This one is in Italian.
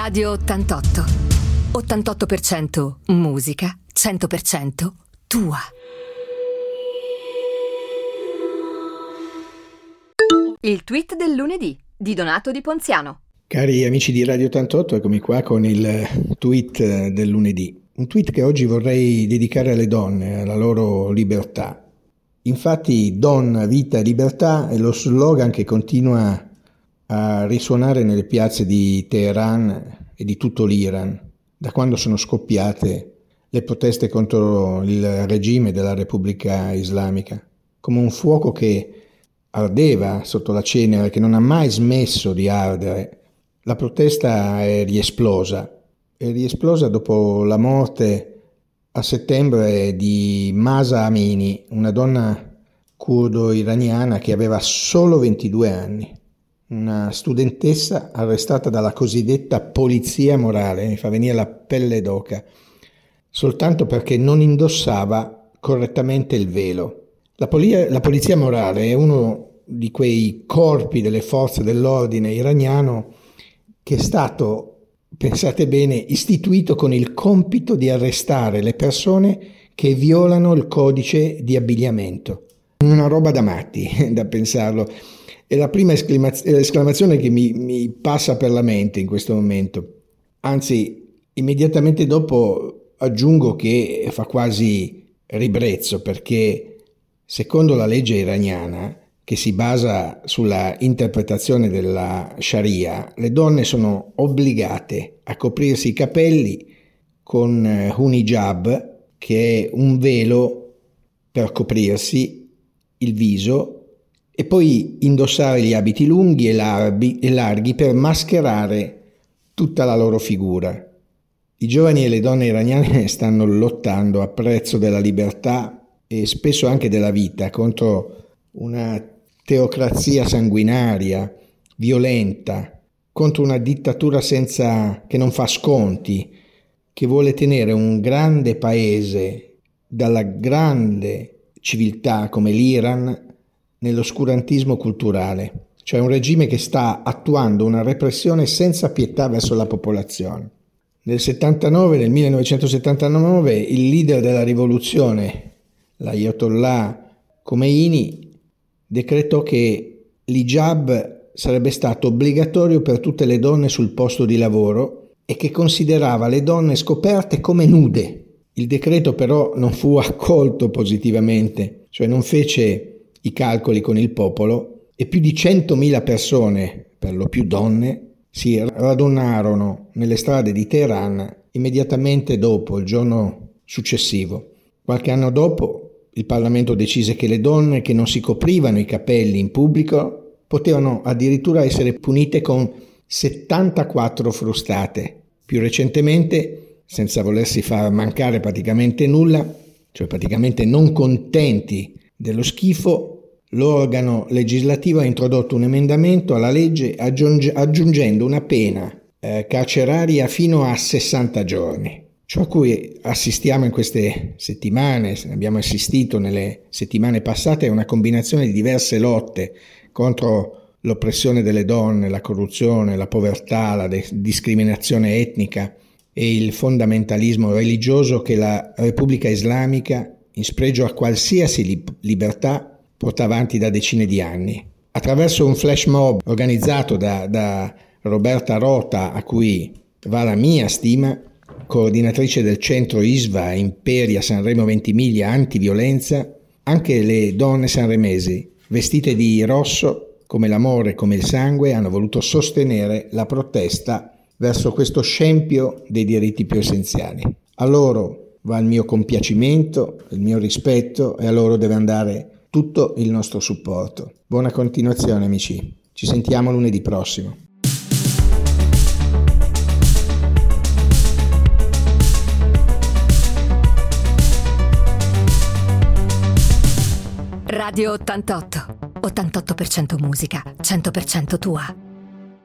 Radio 88. 88% musica, 100% tua. Il tweet del lunedì di Donato Di Ponziano. Cari amici di Radio 88, eccomi qua con il tweet del lunedì. Un tweet che oggi vorrei dedicare alle donne, alla loro libertà. Infatti, donna, vita, libertà è lo slogan che continua a risuonare nelle piazze di Teheran e di tutto l'Iran, da quando sono scoppiate le proteste contro il regime della Repubblica Islamica, come un fuoco che ardeva sotto la cenere, che non ha mai smesso di ardere. La protesta è riesplosa dopo la morte a settembre di Mahsa Amini, una donna curdo-iraniana che aveva solo 22 anni. Una studentessa arrestata dalla cosiddetta polizia morale, mi fa venire la pelle d'oca, soltanto perché non indossava correttamente il velo. La polizia morale è uno di quei corpi delle forze dell'ordine iraniano che è stato, pensate bene, istituito con il compito di arrestare le persone che violano il codice di abbigliamento. Una roba da matti, da pensarlo. È la prima esclamazione che mi passa per la mente in questo momento. Anzi, immediatamente dopo aggiungo che fa quasi ribrezzo, perché secondo la legge iraniana, che si basa sulla interpretazione della Sharia, le donne sono obbligate a coprirsi i capelli con un hijab, che è un velo per coprirsi il viso, e poi indossare gli abiti lunghi e larghi per mascherare tutta la loro figura. I giovani e le donne iraniane stanno lottando a prezzo della libertà e spesso anche della vita contro una teocrazia sanguinaria, violenta, contro una dittatura che non fa sconti, che vuole tenere un grande paese dalla grande civiltà come l'Iran nell'oscurantismo culturale, cioè un regime che sta attuando una repressione senza pietà verso la popolazione. Nel 1979, il leader della rivoluzione, l'Ayatollah Khomeini, decretò che l'hijab sarebbe stato obbligatorio per tutte le donne sul posto di lavoro e che considerava le donne scoperte come nude. Il decreto però non fu accolto positivamente, cioè non fece i calcoli con il popolo, e più di 100.000 persone, per lo più donne, si radunarono nelle strade di Teheran immediatamente dopo, il giorno successivo. Qualche anno dopo il Parlamento decise che le donne che non si coprivano i capelli in pubblico potevano addirittura essere punite con 74 frustate. Più recentemente, senza volersi far mancare praticamente nulla, cioè praticamente non contenti dello schifo, l'organo legislativo ha introdotto un emendamento alla legge aggiungendo una pena carceraria fino a 60 giorni. Ciò a cui assistiamo in queste settimane, abbiamo assistito nelle settimane passate, è una combinazione di diverse lotte contro l'oppressione delle donne, la corruzione, la povertà, la discriminazione etnica e il fondamentalismo religioso che la Repubblica Islamica, in spregio a qualsiasi libertà, porta avanti da decine di anni. Attraverso un flash mob organizzato da Roberta Rota, a cui va la mia stima, coordinatrice del centro ISVA Imperia Sanremo Ventimiglia Antiviolenza, anche le donne sanremesi, vestite di rosso, come l'amore, come il sangue, hanno voluto sostenere la protesta verso questo scempio dei diritti più essenziali. A loro va il mio compiacimento, il mio rispetto, e a loro deve andare tutto il nostro supporto. Buona continuazione, amici. Ci sentiamo lunedì prossimo. Radio 88. 88% musica, 100% tua.